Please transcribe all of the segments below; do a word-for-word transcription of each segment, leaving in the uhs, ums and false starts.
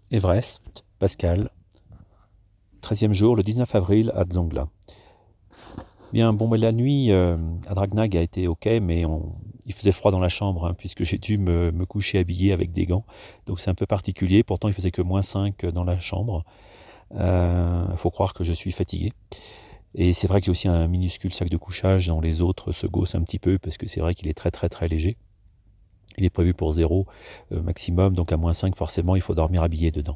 Everest, Pascal, treizième jour, le dix-neuf avril à Dzongla. Bien, bon, mais la nuit euh, à Dragnag a été ok, mais on, il faisait froid dans la chambre, hein, puisque j'ai dû me, me coucher habillé avec des gants. Donc c'est un peu particulier. Pourtant, il faisait que moins cinq dans la chambre. Il euh, faut croire que je suis fatigué. Et c'est vrai que j'ai aussi un minuscule sac de couchage dont les autres se gaussent un petit peu, parce que c'est vrai qu'il est très très très léger. Il est prévu pour zéro euh, maximum, donc à moins cinq, forcément, il faut dormir habillé dedans.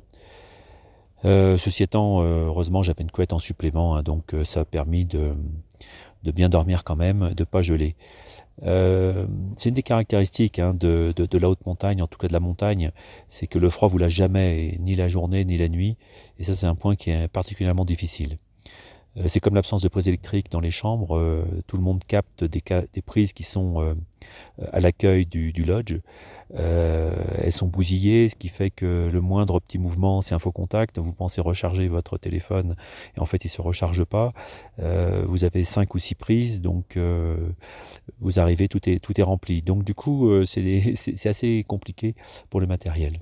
Euh, ceci étant, euh, heureusement, j'avais une couette en supplément, hein, donc euh, ça a permis de, de bien dormir quand même, de ne pas geler. Euh, c'est une des caractéristiques hein, de, de, de la haute montagne, en tout cas de la montagne, c'est que le froid vous lâche jamais, ni la journée, ni la nuit, et ça c'est un point qui est particulièrement difficile. Euh, c'est comme l'absence de prise électrique dans les chambres, euh, tout le monde capte des, des prises qui sont euh, à l'accueil du, du lodge. Euh, elles sont bousillées, ce qui fait que le moindre petit mouvement, c'est un faux contact. Vous pensez recharger votre téléphone et en fait, il ne se recharge pas. Euh, vous avez cinq ou six prises, donc euh, vous arrivez, tout est, tout est rempli. Donc du coup, euh, c'est, c'est assez compliqué pour le matériel.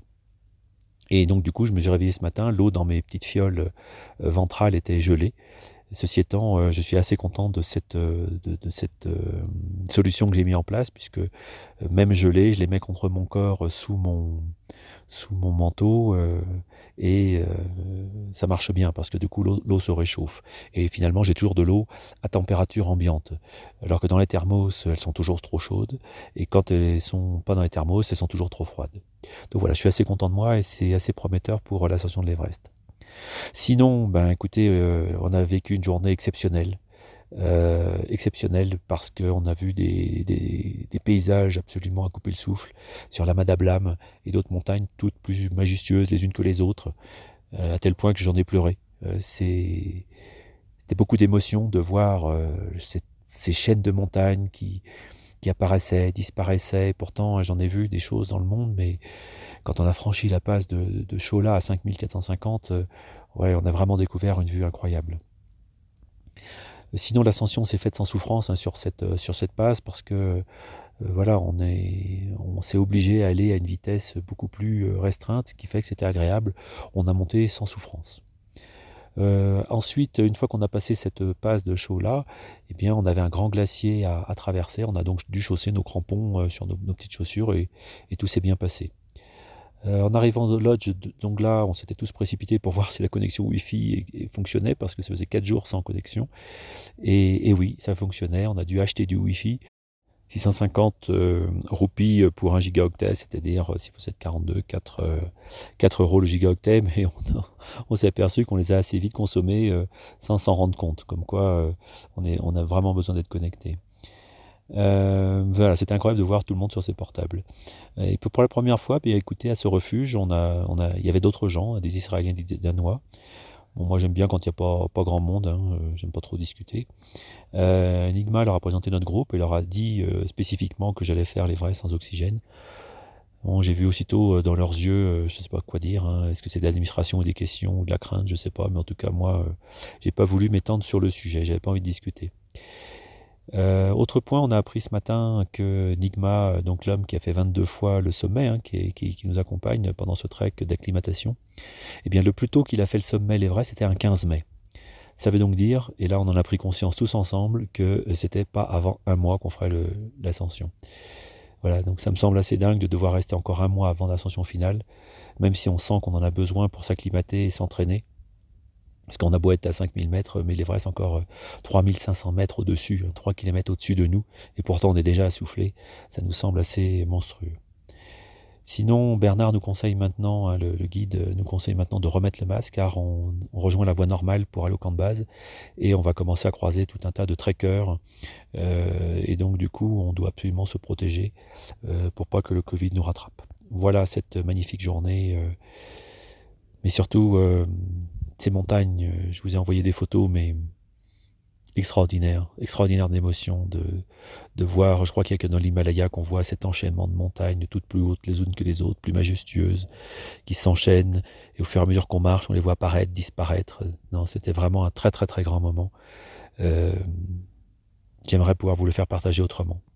Et donc du coup, je me suis réveillé ce matin, l'eau dans mes petites fioles euh, ventrales était gelée. Ceci étant, euh, je suis assez content de cette, euh, de, de cette euh, solution que j'ai mis en place, puisque euh, même gelé, je les mets contre mon corps euh, sous mon, sous mon manteau, euh, et euh, ça marche bien, parce que du coup, l'eau se réchauffe. Et finalement, j'ai toujours de l'eau à température ambiante, alors que dans les thermos, elles sont toujours trop chaudes, et quand elles ne sont pas dans les thermos, elles sont toujours trop froides. Donc voilà, je suis assez content de moi, et c'est assez prometteur pour l'ascension de l'Everest. Sinon, ben écoutez, euh, on a vécu une journée exceptionnelle. Euh, exceptionnelle parce qu'on a vu des, des, des paysages absolument à couper le souffle sur la Madablam et d'autres montagnes, toutes plus majestueuses les unes que les autres, euh, à tel point que j'en ai pleuré. Euh, c'est, c'était beaucoup d'émotions de voir euh, cette, ces chaînes de montagnes qui, qui apparaissaient, disparaissaient. Et pourtant, j'en ai vu des choses dans le monde, mais quand on a franchi la passe de, de Chola à cinq mille quatre cent cinquante, euh, ouais, on a vraiment découvert une vue incroyable. Sinon, l'ascension s'est faite sans souffrance hein, sur cette, euh, sur cette passe parce que euh, voilà, on est, on s'est obligé à aller à une vitesse beaucoup plus euh, restreinte, ce qui fait que c'était agréable. On a monté sans souffrance. Euh, ensuite, une fois qu'on a passé cette passe de Chola, eh bien, on avait un grand glacier à, à traverser. On a donc dû chausser nos crampons euh, sur nos, nos petites chaussures et, et tout s'est bien passé. Euh, en arrivant au lodge, donc là, on s'était tous précipités pour voir si la connexion Wi-Fi fonctionnait parce que ça faisait quatre jours sans connexion. Et, et oui, ça fonctionnait. On a dû acheter du Wi-Fi. six cent cinquante euh, roupies pour un gigaoctet, c'est-à-dire, si vous êtes quarante-deux, quatre, euh, quatre euros le gigaoctet, mais on, on s'est aperçu qu'on les a assez vite consommés euh, sans s'en rendre compte, comme quoi euh, on, est, on a vraiment besoin d'être connecté. Euh, voilà, c'était incroyable de voir tout le monde sur ses portables. Et pour la première fois, bien, écoutez, à ce refuge, on a, on a, il y avait d'autres gens, des Israéliens, des Danois. Bon, moi, j'aime bien quand il n'y a pas, pas grand monde, hein, euh, j'aime pas trop discuter. Euh, Enigma leur a présenté notre groupe et leur a dit euh, spécifiquement que j'allais faire l'Everest sans oxygène. Bon, j'ai vu aussitôt euh, dans leurs yeux, euh, je ne sais pas quoi dire, hein, est-ce que c'est de l'administration ou des questions ou de la crainte, je ne sais pas, mais en tout cas, moi, euh, j'ai pas voulu m'étendre sur le sujet, j'avais pas envie de discuter. Euh, autre point, on a appris ce matin que Nigma, donc l'homme qui a fait vingt-deux fois le sommet, hein, qui, qui, qui nous accompagne pendant ce trek d'acclimatation, eh bien le plus tôt qu'il a fait le sommet l'Everest, c'était un quinze mai. Ça veut donc dire, et là on en a pris conscience tous ensemble, que c'était pas avant un mois qu'on ferait l'ascension. Voilà, donc ça me semble assez dingue de devoir rester encore un mois avant l'ascension finale, même si on sent qu'on en a besoin pour s'acclimater et s'entraîner. Parce qu'on a beau être à cinq mille mètres, mais l'Everest encore euh, trois mille cinq cents mètres au-dessus, trois kilomètres au-dessus de nous, et pourtant on est déjà essoufflé. Ça nous semble assez monstrueux. Sinon, Bernard nous conseille maintenant, hein, le, le guide nous conseille maintenant de remettre le masque car on, on rejoint la voie normale pour aller au camp de base et on va commencer à croiser tout un tas de trekkers euh, et donc du coup on doit absolument se protéger euh, pour pas que le Covid nous rattrape. Voilà cette magnifique journée, euh, mais surtout euh, ces montagnes, euh, je vous ai envoyé des photos mais extraordinaire, extraordinaire d'émotion de, de voir, je crois qu'il n'y a que dans l'Himalaya qu'on voit cet enchaînement de montagnes, toutes plus hautes les unes que les autres, plus majestueuses, qui s'enchaînent, et au fur et à mesure qu'on marche, on les voit apparaître, disparaître. Non, c'était vraiment un très très très grand moment. Euh, J'aimerais pouvoir vous le faire partager autrement.